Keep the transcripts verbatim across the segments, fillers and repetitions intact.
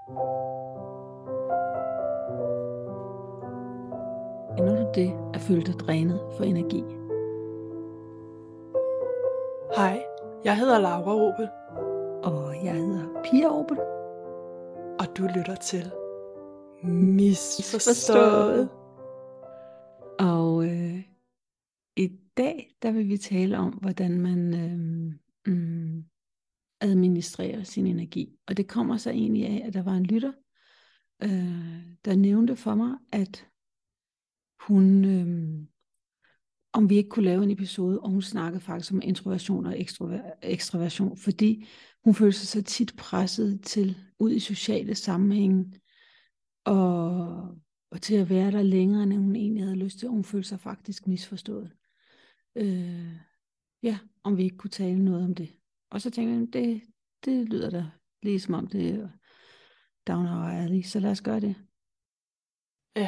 Kender du det at føle dig drænet for energi? Hej, jeg hedder Laura Opel. Og jeg hedder Pia Opel. Og du lytter til Misforstået. Og øh, i dag, der vil vi tale om, hvordan man øh, mm, administrerer sin energi. Og det kommer så egentlig af, at der var en lytter, øh, der nævnte for mig, at hun, øh, om vi ikke kunne lave en episode, og hun snakkede faktisk om introversion og ekstrover- ekstraversion, fordi hun følte sig så tit presset til ud i sociale sammenhænge, og, og til at være der længere, end hun egentlig havde lyst til, og hun følte sig faktisk misforstået. Øh, ja, om vi ikke kunne tale noget om det. Og så tænkte jeg, det, det lyder da lige som om det er down our alley, så lad os gøre det. Ja.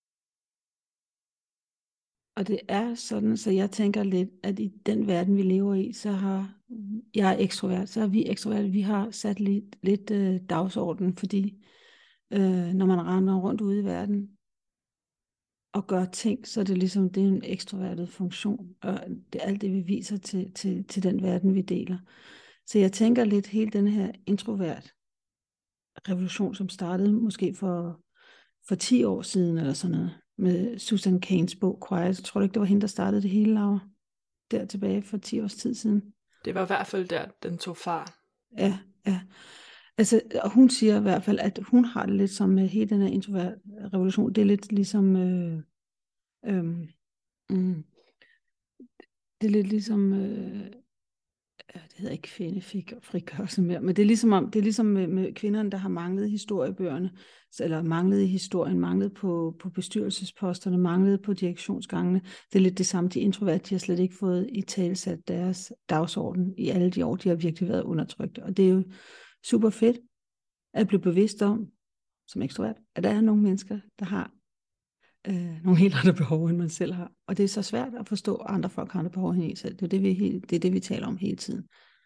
Og det er sådan, så jeg tænker lidt, at i den verden, vi lever i, så har jeg er ekstrovert, så er vi ekstrovert. Vi har sat lidt, lidt øh, dagsorden, fordi øh, når man render rundt ude i verden og gør ting, så er det ligesom, det er en ekstrovertet funktion, og det er alt det, vi viser til, til, til den verden, vi deler. Så jeg tænker lidt, hele den her introvert revolution, som startede måske for, for ti år siden, eller sådan noget, med Susan Cains bog Quiet. Jeg tror ikke, det var hende, der startede det hele, Laura? Der tilbage for ti års tid siden. Det var i hvert fald der, den tog fart. Ja, ja. Altså, og hun siger i hvert fald, at hun har det lidt som med hele den her introvert revolution. Det er lidt ligesom... Øh, øh, mm, det er lidt ligesom... Øh, det hedder ikke kvindefrigørelse mere, men det er ligesom, om, det er ligesom med, med kvinderne, der har manglet historiebøgerne, eller manglet i historien, manglet på, på bestyrelsesposterne, manglet på direktionsgangene. Det er lidt det samme. De introverte, de har slet ikke fået i talsat deres dagsorden i alle de år, de har virkelig været undertrykte. Og det er jo super fedt at blive bevidst om, som ekstrovert, at der er nogle mennesker, der har øh, nogle helt andre behov, end man selv har. Og det er så svært at forstå, at andre folk har andre behov end en selv. Det er det, vi, helt, det er det, vi taler om hele tiden.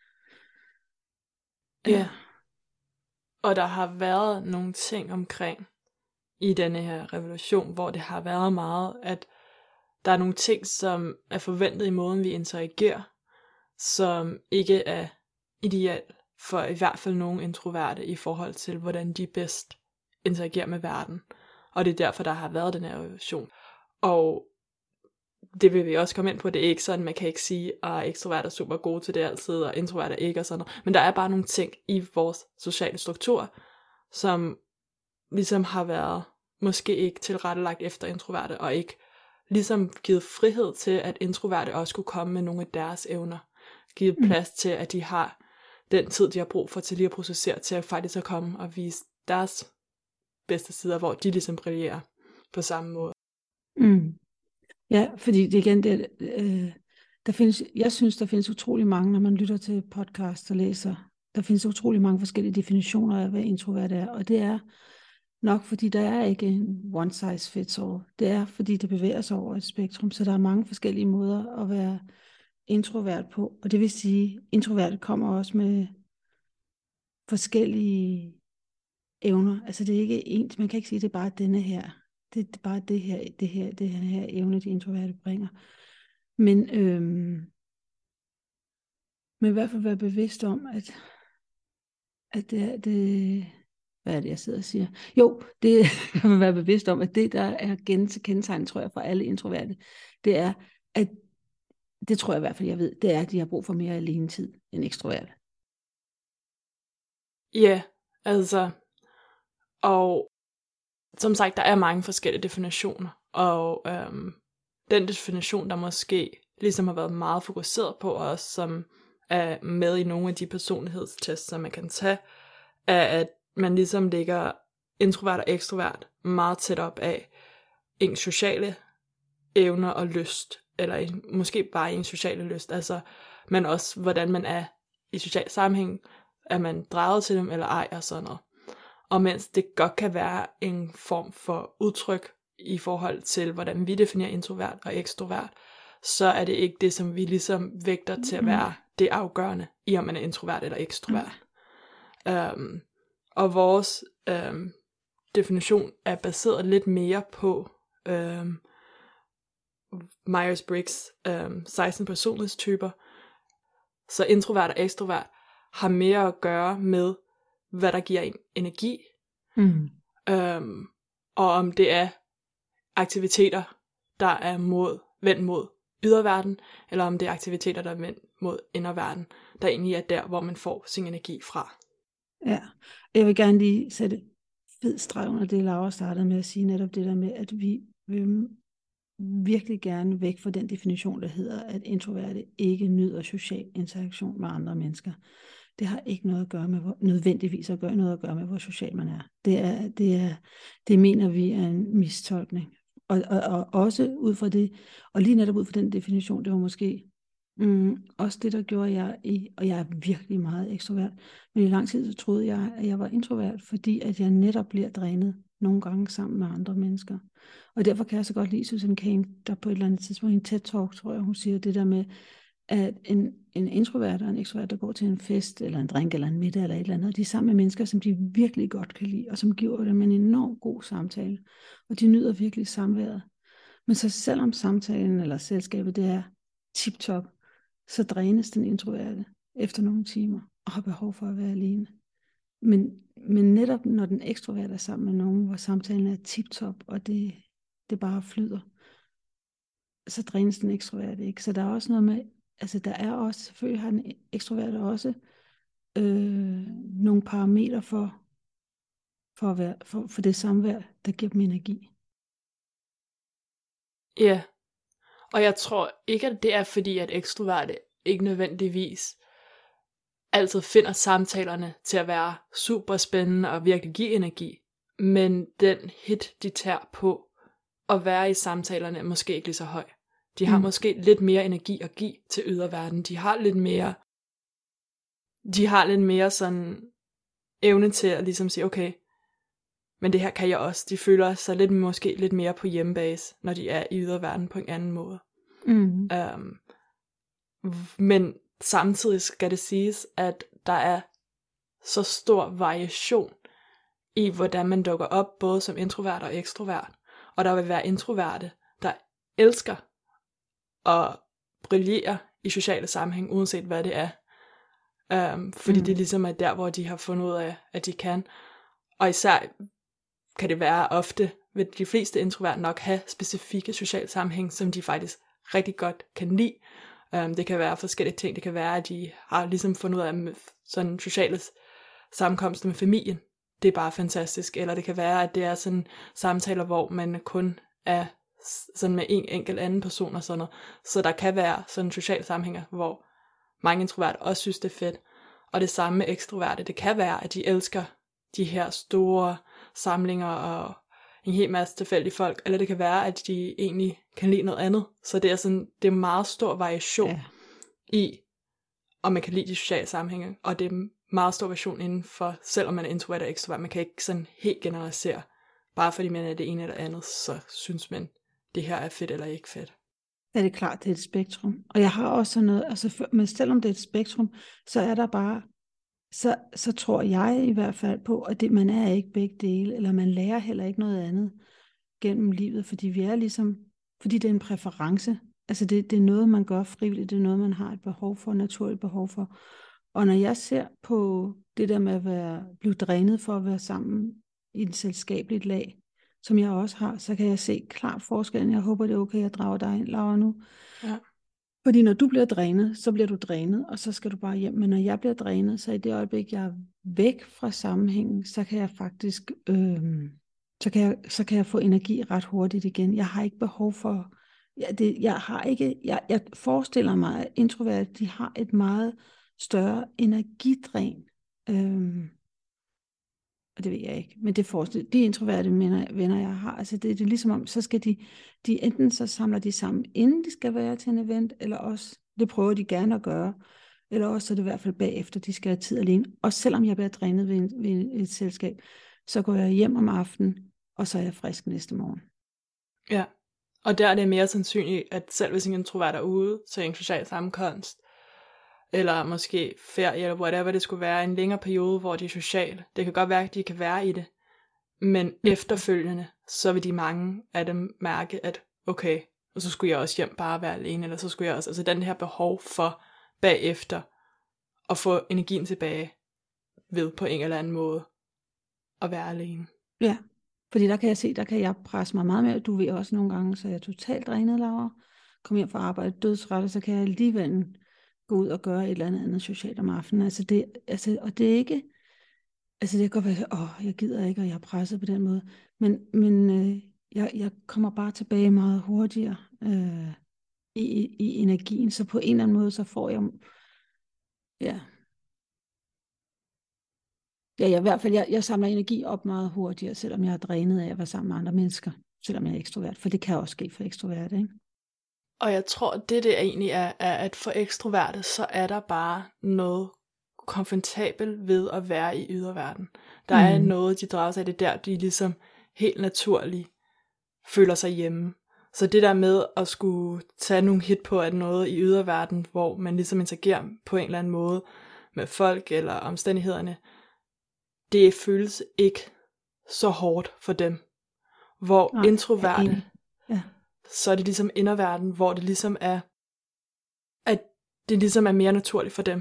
Ja. Og der har været nogle ting omkring i denne her revolution, hvor det har været meget, at der er nogle ting, som er forventet i måden, vi interagerer, som ikke er ideal for i hvert fald nogle introverte i forhold til, hvordan de bedst interagerer med verden. Og det er derfor, der har været den her revolution. Og det vil vi også komme ind på, det er ikke sådan, man kan ikke sige, at ekstrovert er super gode til det altid, og introvert er ikke og sådan noget. Men der er bare nogle ting i vores sociale struktur, som ligesom har været måske ikke tilrettelagt efter introverte, og ikke ligesom givet frihed til, at introverte også kunne komme med nogle af deres evner. Givet plads til, at de har den tid, de har brug for til lige at processere, til at faktisk at komme og vise deres bedste sider, hvor de ligesom brillerer på samme måde. Mm. Ja, fordi det igen, det, øh, der findes, jeg synes, der findes utrolig mange, når man lytter til podcast og læser, der findes utrolig mange forskellige definitioner af, hvad introvert er, og det er nok, fordi der er ikke en one size fits all. Det er, fordi det bevæger sig over et spektrum, så der er mange forskellige måder at være introvert på, og det vil sige, introvert kommer også med forskellige evner. Altså det er ikke en, man kan ikke sige, det er bare denne her. Det er bare det her, det her, det her, her evne, de introverte bringer. Men, øhm, men i hvert fald være bevidst om, at, at det er det, hvad er det, jeg sidder og siger? Jo, det at være bevidst om, at det, der er kendetegn, tror jeg, for alle introverte, det er, at det tror jeg i hvert fald, jeg ved, det er, at de har brug for mere alenetid end ekstroverte. Ja, altså, og som sagt, der er mange forskellige definitioner, og øhm, den definition, der måske ligesom har været meget fokuseret på os, som er med i nogle af de personlighedstests, som man kan tage, er, at man ligesom ligger introvert og ekstrovert meget tæt op af ens sociale evner og lyst, eller en, måske bare en sociale lyst, altså, men også hvordan man er i social sammenhæng, er man drejet til dem eller ej og sådan noget. Og mens det godt kan være en form for udtryk i forhold til, hvordan vi definerer introvert og ekstrovert, så er det ikke det, som vi ligesom vægter til at være det afgørende, i om man er introvert eller ekstrovert. Mm. Um, Og vores øhm, definition er baseret lidt mere på øhm, Myers-Briggs øhm, seksten personlighedstyper. Så introvert og ekstrovert har mere at gøre med, hvad der giver en energi, Mm. øhm, og om det er aktiviteter, der er mod, vendt mod yderverden, eller om det er aktiviteter, der er vendt mod inderverden, der egentlig er der, hvor man får sin energi fra. Ja, jeg vil gerne lige sætte fed streg under det, Laura startede med at sige, netop det der med, at vi vil virkelig gerne væk fra den definition, der hedder, at introverte ikke nyder social interaktion med andre mennesker. Det har ikke noget at gøre med, hvor, nødvendigvis at gøre noget at gøre med, hvor social man er. Det er, det er, det mener vi er en mistolkning. Og, og, og også ud fra det, og lige netop ud fra den definition, det var måske mm, også det, der gjorde jeg i, og jeg er virkelig meget ekstrovert, men i lang tid så troede jeg, at jeg var introvert, fordi at jeg netop bliver drænet nogle gange sammen med andre mennesker. Og derfor kan jeg så godt lide Susan Cain, der på et eller andet tidspunkt i en TED-talk, tror jeg, hun siger det der med, at en, en introvert og en ekstrovert, der går til en fest, eller en drink, eller en middag, eller et eller andet, de er sammen med mennesker, som de virkelig godt kan lide, og som giver dem en enorm god samtale. Og de nyder virkelig samværet. Men så selvom samtalen eller selskabet, det er tip-top, så drænes den introverte efter nogle timer, og har behov for at være alene. Men, men netop når den ekstroverte er sammen med nogen, hvor samtalen er tip-top, og det, det bare flyder, så drænes den ekstroverte ikke. Så der er også noget med, altså der er også, selvfølgelig har den ekstroverte også øh, nogle parametre for, for, at være, for, for det samvær, der giver dem energi. Ja, og jeg tror ikke, at det er fordi, at ekstroverte ikke nødvendigvis altid finder samtalerne til at være super spændende og virkelig give energi, men den hit, de tager på at være i samtalerne, er måske ikke lige så høj. De har mm. måske lidt mere energi at give til yderverden. De har lidt mere, de har lidt mere sådan evne til at ligesom sige, okay, men det her kan jeg også. De føler sig lidt, måske lidt mere på hjemmebase, når de er i yderverden på en anden måde. Mm. Um, men samtidig skal det siges, at der er så stor variation i, hvordan man dukker op, både som introvert og ekstrovert. Og der vil være introverte, der elsker at brillere i sociale sammenhæng, uanset hvad det er. Um, fordi mm. det ligesom er der, hvor de har fundet ud af, at de kan. Og især kan det være ofte, vil de fleste introverte nok have specifikke sociale sammenhæng, som de faktisk rigtig godt kan lide. Um, det kan være forskellige ting. Det kan være, at de har ligesom fundet ud af sådan sociale sammenkomster med familien. Det er bare fantastisk. Eller det kan være, at det er sådan samtaler, hvor man kun er sådan med en enkelt anden person og sådan noget. Så der kan være sådan sociale sammenhænger, hvor mange introverte også synes, det er fedt. Og det samme med ekstroverte. Det kan være, at de elsker de her store samlinger og en hel masse tilfældige folk. Eller det kan være, at de egentlig kan lide noget andet. Så det er sådan, det er meget stor variation ja. i, om man kan lide de sociale sammenhænge. Og det er meget stor variation inden for, selvom man er introvert og ekstrovert. Man kan ikke sådan helt generalisere. Bare fordi man er det ene eller andet, så synes man, det her er fedt eller ikke fedt. Ja, det er klart, det er et spektrum. Og jeg har også noget, altså, men selvom det er et spektrum, så er der bare, så, så tror jeg i hvert fald på, at det, man er ikke begge dele, eller man lærer heller ikke noget andet gennem livet, fordi vi er ligesom, fordi det er en præference. Altså det, det er noget, man gør frivilligt, det er noget, man har et behov for, et naturligt behov for. Og når jeg ser på det der med at være, blive drænet for at være sammen i et selskabeligt lag, som jeg også har, så kan jeg se klart forskellen. Jeg håber, det er okay, at jeg drager dig ind, Laura, nu. Ja. Fordi når du bliver drænet, så bliver du drænet, og så skal du bare hjem. Men når jeg bliver drænet, så i det øjeblik, jeg er væk fra sammenhængen, så kan jeg faktisk, øh, så, kan jeg, så kan jeg få energi ret hurtigt igen. Jeg har ikke behov for, ja, det, jeg har ikke, jeg, jeg forestiller mig, at introverte, de har et meget større energidræn. Øh, Og det ved jeg ikke, men det forestiller, de introverte venner, venner jeg har, altså det, det er ligesom om, så skal de, de enten så samler de sammen, inden de skal være til en event, eller også, det prøver de gerne at gøre, eller også så er det i hvert fald bagefter, de skal have tid alene. Og selvom jeg bliver drænet ved, en, ved et selskab, så går jeg hjem om aftenen, og så er jeg frisk næste morgen. Ja, og der er det mere sandsynligt, at selv hvis en introvert er ude til en social sammenkomst, eller måske ferie, eller whatever det skulle være, en længere periode, hvor de er sociale. Det kan godt være, at de kan være i det, men efterfølgende, så vil de mange af dem mærke, at okay, og så skulle jeg også hjem bare være alene, eller så skulle jeg også, altså den her behov for bagefter, at få energien tilbage, ved på en eller anden måde, at være alene. Ja, fordi der kan jeg se, der kan jeg presse mig meget mere. Du ved også nogle gange, så er jeg totalt drænet, Laura. Kom hjem fra arbejde dødsret, så kan jeg alligevel gå ud og gøre et eller andet andet socialt om aftenen. Altså det, altså, og det er ikke, altså det kan godt være, åh, jeg gider ikke, og jeg er presset på den måde. Men, men øh, jeg, jeg kommer bare tilbage meget hurtigere øh, i, i energien, så på en eller anden måde, så får jeg, ja, ja, jeg, i hvert fald, jeg, jeg samler energi op meget hurtigere, selvom jeg er drænet af at være sammen med andre mennesker, selvom jeg er ekstrovert, for det kan også ske for ekstrovert, ikke? Og jeg tror, det det egentlig er, er, at for ekstroverte, så er der bare noget komfortabelt ved at være i yderverden. Der mm. er noget, de drager sig af, det der, de ligesom helt naturligt føler sig hjemme. Så det der med at skulle tage nogle hit på, at noget i yderverden, hvor man ligesom interagerer på en eller anden måde med folk eller omstændighederne, det føles ikke så hårdt for dem. Hvor Nej, introverte, ja. Så er det ligesom inderverden, hvor det ligesom er, at det ligesom er mere naturligt for dem.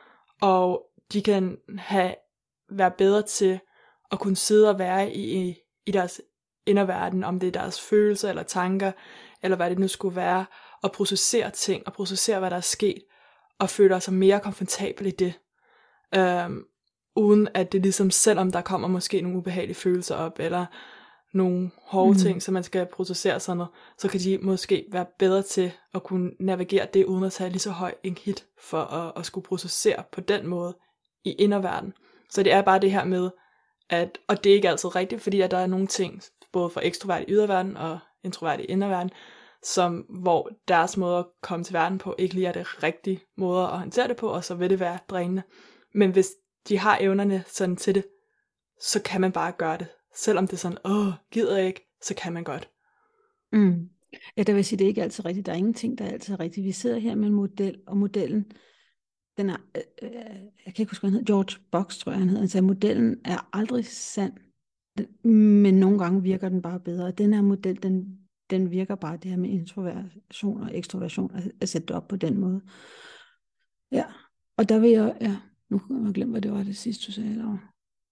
Og de kan have, være bedre til at kunne sidde og være i, i deres inderverden, om det er deres følelser eller tanker, eller hvad det nu skulle være, og processere ting, og processere, hvad der er sket, og føle sig mere komfortabel i det. Øhm, uden at det ligesom, selvom der kommer måske nogle ubehagelige følelser op, eller nogle hårde mm. ting, som man skal processere sådan noget, så kan de måske være bedre til at kunne navigere det, uden at tage lige så høj en hit, for at, at skulle processere på den måde i inderverden. Så det er bare det her med, at, og det er ikke altid rigtigt, fordi at der er nogle ting, både for ekstrovert i yderverden og introvert i inderverden, som, hvor deres måde at komme til verden på, ikke lige er det rigtige måde at håndtere det på, og så vil det være drænende. Men hvis de har evnerne sådan til det, så kan man bare gøre det. Selvom det er sådan, åh, gider jeg ikke, så kan man godt. Mm. Ja, der vil sige, det er ikke altid rigtigt. Der er ingenting, der er altid rigtigt. Vi sidder her med en model, og modellen, den er, øh, øh, jeg kan ikke huske, hvad han hedder, George Box, tror jeg, han hedder. Han sagde, modellen er aldrig sand, den, men nogle gange virker den bare bedre. Den her model, den, den virker bare det her med introversion og ekstroversion, at, at sætte det op på den måde. Ja, og der vil jeg, ja, nu kan jeg glemme, hvad det var det sidste, du sagde, Laura.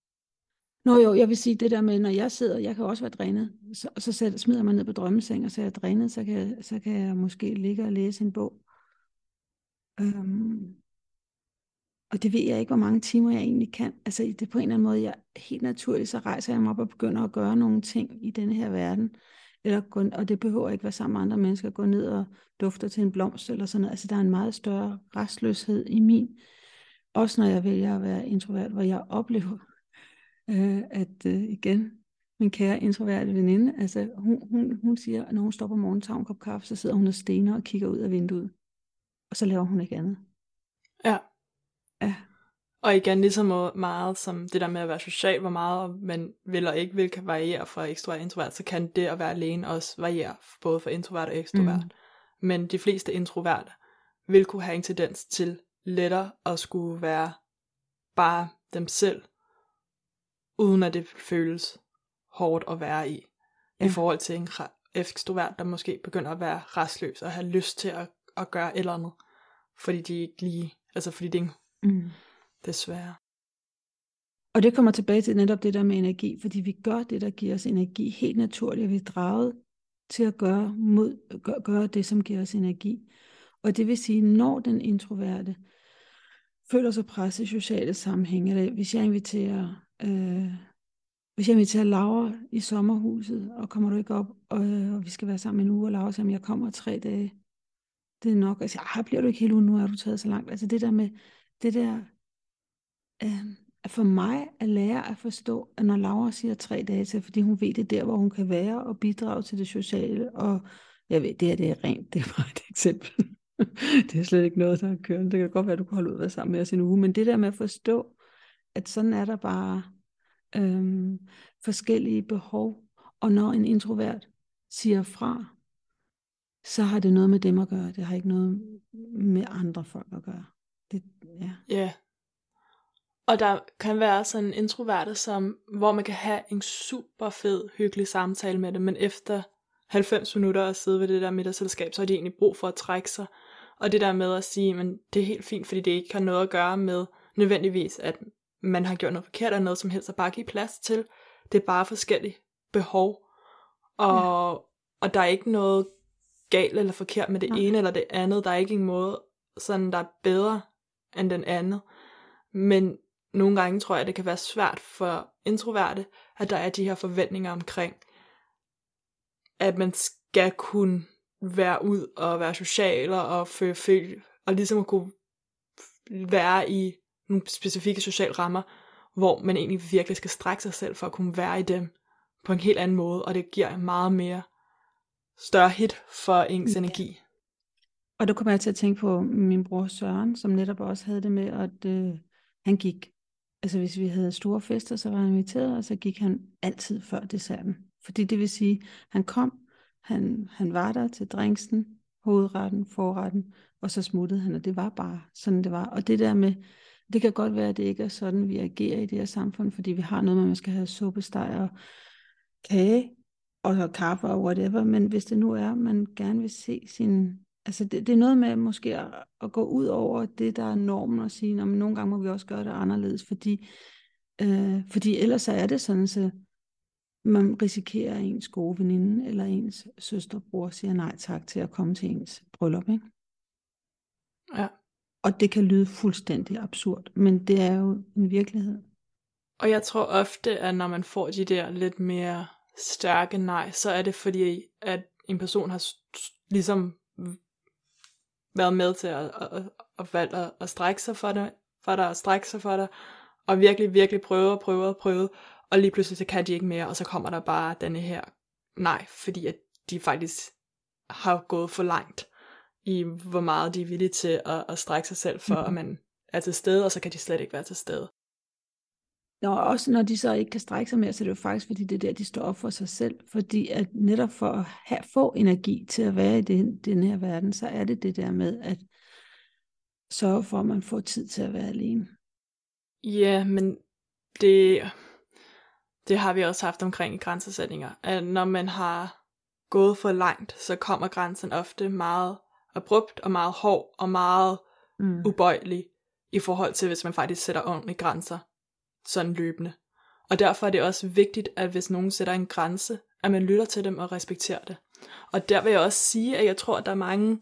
Nå jo, jeg vil sige det der med, når jeg sidder, jeg kan også være drænet, så, så sæt, smider jeg mig ned på drømmeseng, og så er jeg drænet, så kan jeg, så kan jeg måske ligge og læse en bog. Øhm, og det ved jeg ikke, hvor mange timer jeg egentlig kan. Altså det er på en eller anden måde, jeg helt naturligt, så rejser jeg mig op og begynder at gøre nogle ting i denne her verden. Eller gå, og det behøver ikke være sammen med andre mennesker, gå ned og dufte til en blomst eller sådan noget. Altså der er en meget større restløshed i min. Også når jeg vælger at være introvert, hvor jeg oplever, øh, at øh, igen, min kære introverte veninde, altså hun, hun, hun siger, at når hun står på morgenen, tager hun en kop kaffe, så sidder hun og stener og kigger ud af vinduet. Og så laver hun ikke andet. Ja. Ja. Og igen, lige så meget som det der med at være social, hvor meget man vil og ikke vil kan variere fra ekstrovert og introvert, så kan det at være alene også variere, både for introvert og ekstrovert. Mm. Men de fleste introverte vil kunne have en tendens til lettere at skulle være bare dem selv, uden at det føles hårdt at være i. Ja. I forhold til en ekstrovert, der måske begynder at være restløs og have lyst til at, at gøre et eller andet. Fordi de ikke lige, altså fordi det ikke, mm. desværre. Og det kommer tilbage til netop det der med energi, fordi vi gør det, der giver os energi helt naturligt, og vi er draget til at gøre, mod, gøre, gøre det, som giver os energi. Og det vil sige, når den introverte føler sig presset i sociale sammenhæng, eller hvis jeg inviterer, øh, hvis jeg inviterer Laura i sommerhuset, og kommer du ikke op, og, og vi skal være sammen en uge, og Laura siger, jeg kommer tre dage, det er nok, og jeg siger, bliver du ikke hele ugen, nu er du taget så langt. Altså det der med, det der, øh, at for mig at lære at forstå, at når Laura siger tre dage til, fordi hun ved det der, hvor hun kan være og bidrage til det sociale, og jeg ved, det her det er rent, det er bare et eksempel. Det er slet ikke noget, der er kørende. Det kan godt være, at du kan holde ud at være sammen med os en uge, men det der med at forstå, at sådan er der bare øhm, forskellige behov, og når en introvert siger fra, så har det noget med dem at gøre. Det har ikke noget med andre folk at gøre. Det, ja. Ja. Og der kan være sådan en introverte, som, hvor man kan have en super fed, hyggelig samtale med dem, men efter halvfems minutter at sidde ved det der middagsselskab, så har de egentlig brug for at trække sig. Og det der med at sige, men det er helt fint, fordi det ikke har noget at gøre med nødvendigvis, at man har gjort noget forkert eller noget som helst, at bare give plads til. Det er bare forskellige behov. Og, ja. og der er ikke noget galt eller forkert med det Nej. ene eller det andet. Der er ikke en måde, sådan der er bedre end den anden. Men nogle gange tror jeg, det kan være svært for introverte, at der er de her forventninger omkring, at man skal kunne være ud og være social og føre følge, og ligesom at kunne være i nogle specifikke sociale rammer, hvor man egentlig virkelig skal strække sig selv for at kunne være i dem på en helt anden måde, og det giver meget mere større hit for ens ja. energi. Og der kommer jeg til at tænke på min bror Søren, som netop også havde det med, at øh, han gik, altså hvis vi havde store fester, så var han inviteret, og så gik han altid før desserten. Fordi det vil sige, han kom, han, han var der til drinksen, hovedretten, forretten, og så smuttede han, og det var bare sådan, det var. Og det der med, det kan godt være, at det ikke er sådan, vi agerer i det her samfund, fordi vi har noget med, at man skal have suppesteg og kage, og kaffe og whatever, men hvis det nu er, at man gerne vil se sin, altså det, det er noget med måske at, at gå ud over det, der er normen, og sige, at nogle gange må vi også gøre det anderledes, fordi, øh, fordi ellers så er det sådan, så man risikerer, at ens gode veninde eller ens søsterbror siger nej tak til at komme til ens bryllup, ikke? Ja. Og det kan lyde fuldstændig absurd, men det er jo en virkelighed. Og jeg tror ofte, at når man får de der lidt mere stærke nej, så er det fordi, at en person har ligesom været med til at, at, at, valgt at, at strække sig for dig, for dig, at strække sig for dig, og virkelig, virkelig prøve og prøve og prøve, og lige pludselig så kan de ikke mere, og så kommer der bare denne her nej, fordi at de faktisk har gået for langt i, hvor meget de er villige til at, at strække sig selv for, mm-hmm. at man er til stede, og så kan de slet ikke være til stede. Nå, også når de så ikke kan strække sig mere, så er det jo faktisk, fordi det er der, de står op for sig selv. Fordi at netop for at have, få energi til at være i den, den her verden, så er det det der med at sørge for, at man får tid til at være alene. Ja, men det, det har vi også haft omkring i grænsesætninger. At når man har gået for langt, så kommer grænsen ofte meget abrupt og meget hård og meget mm. ubøjelig i forhold til, hvis man faktisk sætter ordentlige grænser sådan løbende. Og derfor er det også vigtigt, at hvis nogen sætter en grænse, at man lytter til dem og respekterer det. Og der vil jeg også sige, at jeg tror, at der er mange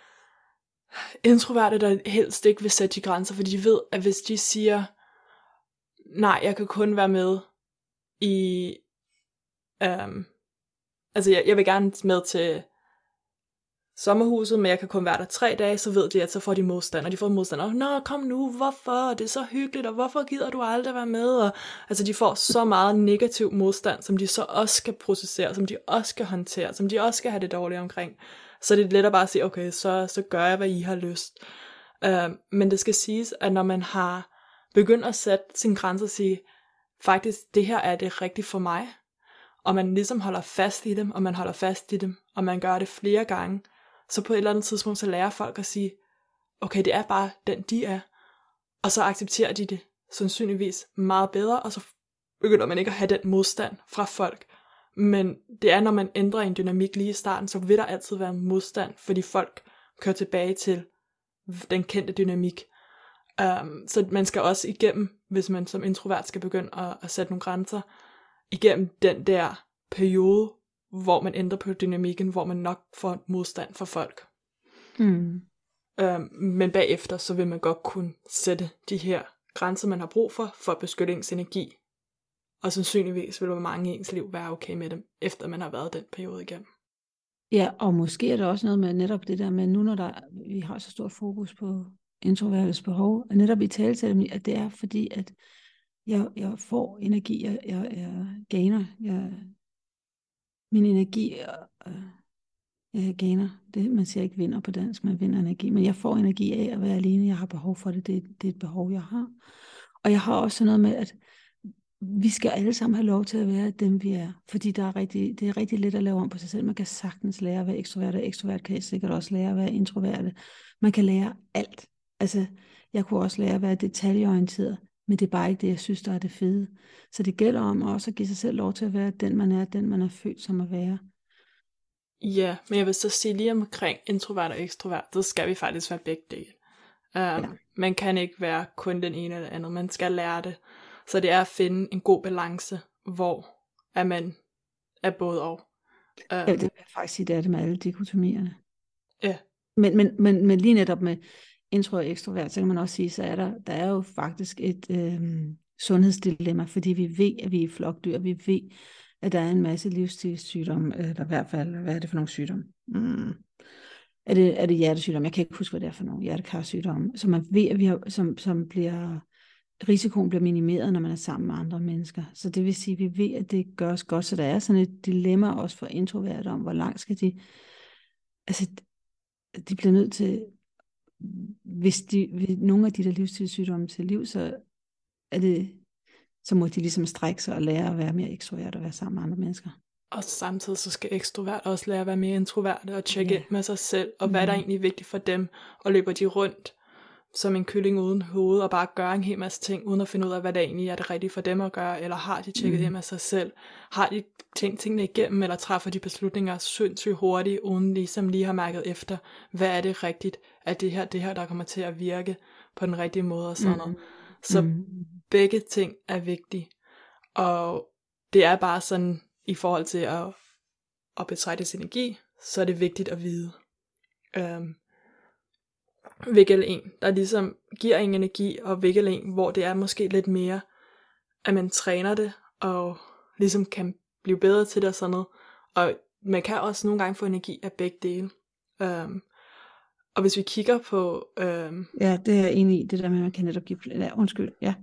introverte, der helst ikke vil sætte de grænser, fordi de ved, at hvis de siger, nej, jeg kan kun være med i, øhm, altså jeg, jeg vil gerne med til sommerhuset, men jeg kan kun være der tre dage, så ved de, at så får de modstand, og de får modstand, og nå, kom nu, hvorfor, det er så hyggeligt, og hvorfor gider du aldrig være med, og altså de får så meget negativ modstand, som de så også skal processere, som de også skal håndtere, som de også skal have det dårligt omkring, så det er let at bare sige, okay, så, så gør jeg, hvad I har lyst, uh, men det skal siges, at når man har begyndt at sætte sine grænser og sige, faktisk, det her er det rigtigt for mig, og man ligesom holder fast i dem, og man holder fast i dem, og man gør det flere gange, så på et eller andet tidspunkt, så lærer folk at sige, okay, det er bare den, de er. Og så accepterer de det sandsynligvis meget bedre, og så begynder man ikke at have den modstand fra folk. Men det er, når man ændrer en dynamik lige i starten, så vil der altid være modstand, fordi folk kører tilbage til den kendte dynamik. Um, så man skal også igennem, hvis man som introvert skal begynde at, at sætte nogle grænser, igennem den der periode, hvor man ændrer på dynamikken, hvor man nok får modstand fra folk. Mm. Øhm, men bagefter, så vil man godt kunne sætte de her grænser, man har brug for, for at beskytte ens energi. Og sandsynligvis vil mange i ens liv være okay med dem, efter man har været den periode igennem. Ja, og måske er der også noget med netop det der med, nu når der, vi har så stor fokus på introvertes behov, og netop i tale til dem, at det er fordi, at jeg, jeg får energi, jeg, jeg, jeg gainer, jeg min energi, øh, jeg gainer, det, man siger ikke vinder på dansk, man vinder energi, men jeg får energi af at være alene, jeg har behov for det, det, det er et behov, jeg har. Og jeg har også noget med, at vi skal alle sammen have lov til at være dem, vi er, fordi der er rigtig, det er rigtig let at lave om på sig selv. Man kan sagtens lære at være ekstrovert, og ekstrovert kan sikkert også lære at være introvert. Man kan lære alt. Altså, Jeg kunne også lære at være detaljeorienteret, men det er bare ikke det, jeg synes, der er det fede. Så det gælder om også at give sig selv lov til at være den, man er, den man er født som at være. Ja, men jeg vil så sige lige omkring introvert og ekstrovert, så skal vi faktisk være begge dele. Um, ja. Man kan ikke være kun den ene eller andet, man skal lære det. Så det er at finde en god balance, hvor er man er både og. Um, ja, det vil jeg faktisk sige, det er det med alle dikotomierne. Ja. Men, men, men, men lige netop med intro og ekstrovert, så kan man også sige, så er der, der er jo faktisk et øhm, sundhedsdilemma, fordi vi ved, at vi er flokdyr, vi ved, at der er en masse livsstilssygdomme, eller i hvert fald, hvad er det for nogle sygdomme? Mm. Er det, er det hjertesygdomme? Jeg kan ikke huske, hvad det er for nogle hjertekarsygdomme, så man ved, at vi har, som, som bliver, risikoen bliver minimeret, når man er sammen med andre mennesker. Så det vil sige, at vi ved, at det gøres godt, så der er sådan et dilemma også for introverte om, hvor langt skal de, altså de bliver nødt til, hvis de hvis nogle af de der livsstilssygdomme til liv, så er det, så må de ligesom strække sig og lære at være mere ekstrovert og være sammen med andre mennesker. Og samtidig så skal ekstrovert også lære at være mere introvert og tjekke Yeah. ind med sig selv, og hvad mm. der egentlig er vigtigt for dem, og løber de rundt som en kylling uden hoved, og bare gør en hel masse ting, uden at finde ud af, hvad der egentlig er det rigtige for dem at gøre, eller har de tjekket mm. ind med sig selv, har de tænkt tingene igennem, eller træffer de beslutninger sindssygt hurtigt, uden ligesom lige har mærket efter, hvad er det rigtigt, at det her, det her, der kommer til at virke på den rigtige måde, og sådan noget. Mm. Så mm. begge ting er vigtige, og det er bare sådan, i forhold til at, at betragte sin energi, så er det vigtigt at vide, øhm, hvilken en, der ligesom giver en energi, og hvilken en, hvor det er måske lidt mere, at man træner det, og ligesom kan blive bedre til det og sådan noget. Og man kan også nogle gange få energi af begge dele. Øhm, og hvis vi kigger på... Øhm, ja, det er jeg enig i, det der med, at man kan netop give... Ja, undskyld, ja.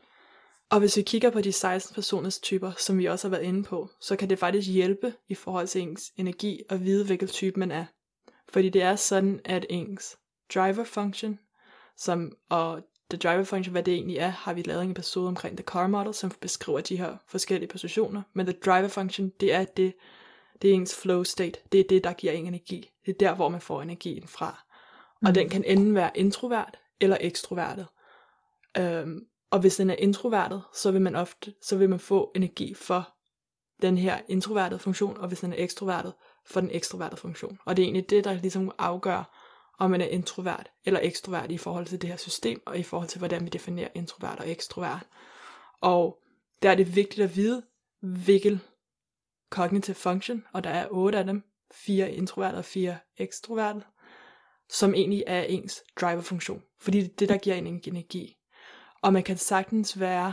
Og hvis vi kigger på de seksten personers typer, som vi også har været inde på, så kan det faktisk hjælpe i forhold til ens energi at vide, hvilken type man er. Fordi det er sådan, at ens driver function, som, og the driver function, hvad det egentlig er, har vi lavet en episode omkring the car model, som beskriver de her forskellige positioner. Men the driver function, det er det, det er ens flow state. Det er det, der giver en energi. Det er der, hvor man får energien fra. Og mm. den kan enten være introvert eller ektrovertet. Øhm, Og hvis den er introvertet, så vil man ofte, så vil man få energi for den her introvertede funktion, og hvis den er ekstrovertet, for den ekstrovertede funktion. Og det er egentlig det, der ligesom afgør, om man er introvert eller ekstrovert i forhold til det her system, og i forhold til, hvordan vi definerer introvert og ekstrovert. Og der er det vigtigt at vide, hvilken cognitive function, og der er otte af dem, fire introverte og fire ekstroverte, som egentlig er ens driver-funktion. Fordi det er det, der giver en energi. Og man kan sagtens være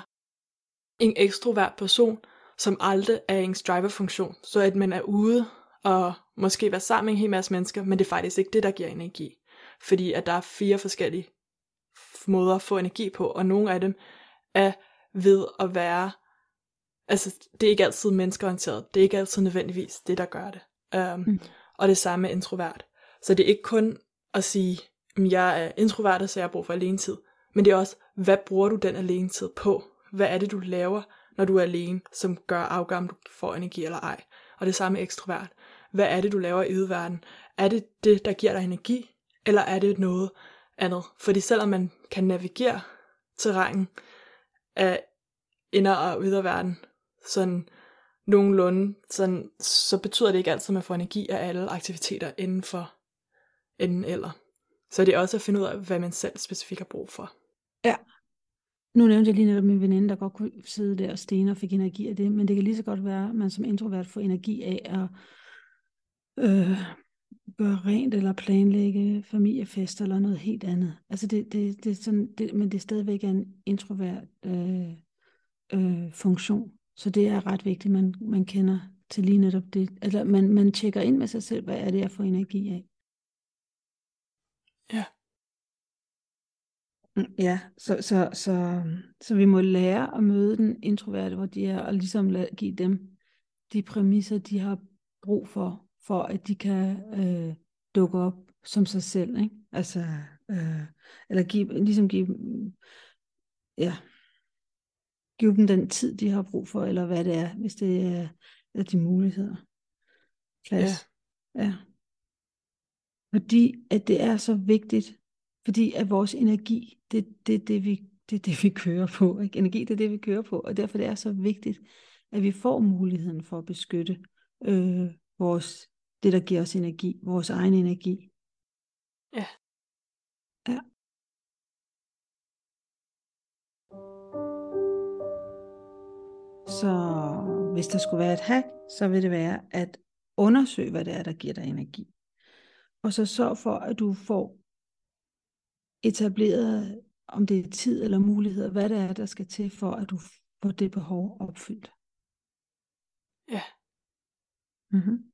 en ekstrovert person, som aldrig er ens driver-funktion. Så at man er ude og måske være sammen med en hel masse mennesker, men det er faktisk ikke det, der giver energi. Fordi at der er fire forskellige måder at få energi på, og nogle af dem er ved at være, altså det er ikke altid menneskeorienteret, det er ikke altid nødvendigvis det, der gør det. Um, mm. Og det samme er introvert. Så det er ikke kun at sige, at jeg er introvert, så jeg har brug for alenetid. Men det er også, hvad bruger du den alenetid på? Hvad er det, du laver, når du er alene, som gør afgør, om du får energi eller ej? Og det samme er ekstrovert. Hvad er det, du laver i udverden? Er det det, der giver dig energi? Eller er det noget andet? Fordi selvom man kan navigere terrænen af inder- og yderverden, sådan nogenlunde, sådan, så betyder det ikke altid, at man får energi af alle aktiviteter inden for enden eller. Så det er også at finde ud af, hvad man selv specifikt har brug for. Ja. Nu nævnte jeg lige netop min veninde, der godt kunne sidde der og stene og fik energi af det, men det kan lige så godt være, at man som introvert får energi af at øh, gøre rent eller planlægge familiefester eller noget helt andet. Altså det, det, det er sådan, det, men det er stadigvæk en introvert øh, øh, funktion. Så det er ret vigtigt, man, man kender til lige netop det. Altså man, man tjekker ind med sig selv, hvad er det, jeg får energi af. Ja. Ja, så, så, så, så vi må lære at møde den introverte, hvor de er, og ligesom lade, give dem de præmisser, de har brug for, for at de kan øh, dukke op som sig selv, ikke? Altså, øh, eller give, ligesom give, ja, give dem den tid, de har brug for, eller hvad det er, hvis det er, er de muligheder. Plads. Ja. Ja. Fordi at det er så vigtigt, Fordi at vores energi, det, det, det, det, vi, det er det, vi kører på. Ikke? Energi, det er det, vi kører på. Og derfor det er så vigtigt, at vi får muligheden for at beskytte øh, vores, det, der giver os energi, vores egen energi. Ja. Ja. Så hvis der skulle være et hack, så vil det være at undersøge, hvad det er, der giver dig energi. Og så sørg for, at du får etableret, om det er tid eller muligheder, hvad det er, der skal til for, at du får det behov opfyldt. Ja. Mm-hmm.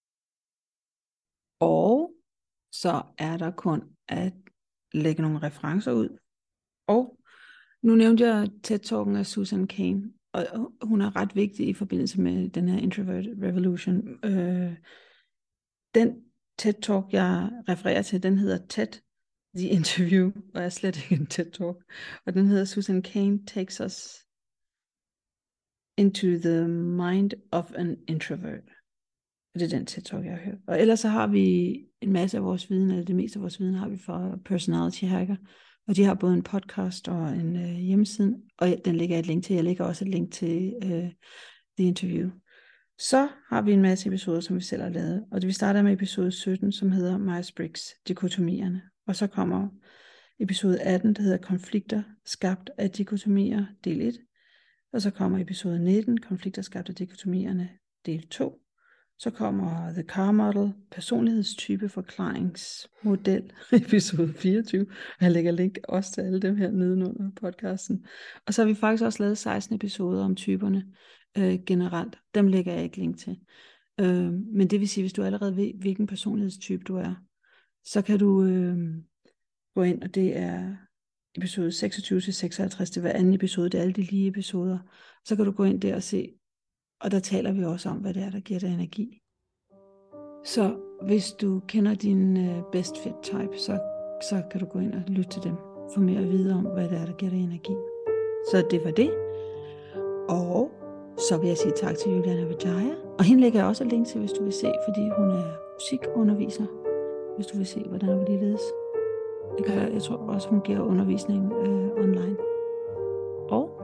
Og så er der kun at lægge nogle referencer ud. Og nu nævnte jeg TED-talken af Susan Cain, og hun er ret vigtig i forbindelse med den her Introvert Revolution. Øh, den TED-talk, jeg refererer til, den hedder TED The Interview, og er slet ikke en TED-talk. Og den hedder Susan Cain Takes Us Into the Mind of an Introvert. Og det er den TED-talk, jeg har hørt. Og ellers så har vi en masse af vores viden, eller det meste af vores viden har vi fra Personality Hacker. Og de har både en podcast og en øh, hjemmeside, og den lægger jeg et link til. Jeg lægger også et link til øh, The Interview. Så har vi en masse episoder, som vi selv har lavet. Og vi starter med episode sytten, som hedder Myers-Briggs dikotomierne. Og så kommer episode atten, der hedder Konflikter skabt af dikotomier, del et. Og så kommer episode nitten, Konflikter skabt af dikotomierne, del to. Så kommer The Car Model, personlighedstype forklaringsmodel, episode fireogtyve. Og jeg lægger link også til alle dem her nedenunder podcasten. Og så har vi faktisk også lavet seksten episoder om typerne øh, generelt. Dem lægger jeg ikke link til. Øh, men det vil sige, hvis du allerede ved, hvilken personlighedstype du er, så kan du øh, gå ind, og det er episode seksogtyve til seksoghalvtreds, det er hver anden episode, det er alle de lige episoder. Så kan du gå ind der og se, og der taler vi også om, hvad det er, der giver dig energi. Så hvis du kender din uh, best fit type, så, så kan du gå ind og lytte til dem. Få mere at vide om, hvad det er, der giver dig energi. Så det var det. Og så vil jeg sige tak til Juliana Vijaya. Og hende lægger jeg også et link til, hvis du vil se, fordi hun er musikunderviser. Hvis du vil se, hvordan og hvordan det ledes. Det kan være, jeg tror også, hun giver undervisning øh, online. Og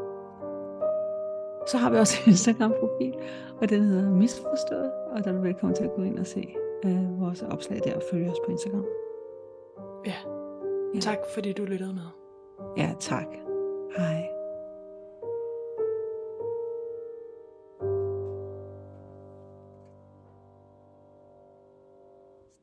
så har vi også en Instagram-profil, og den hedder Misforstået, og der er du velkommen til at gå ind og se øh, vores opslag der og følge os på Instagram. Ja. ja, tak fordi du lyttede med. Ja, tak. Hej.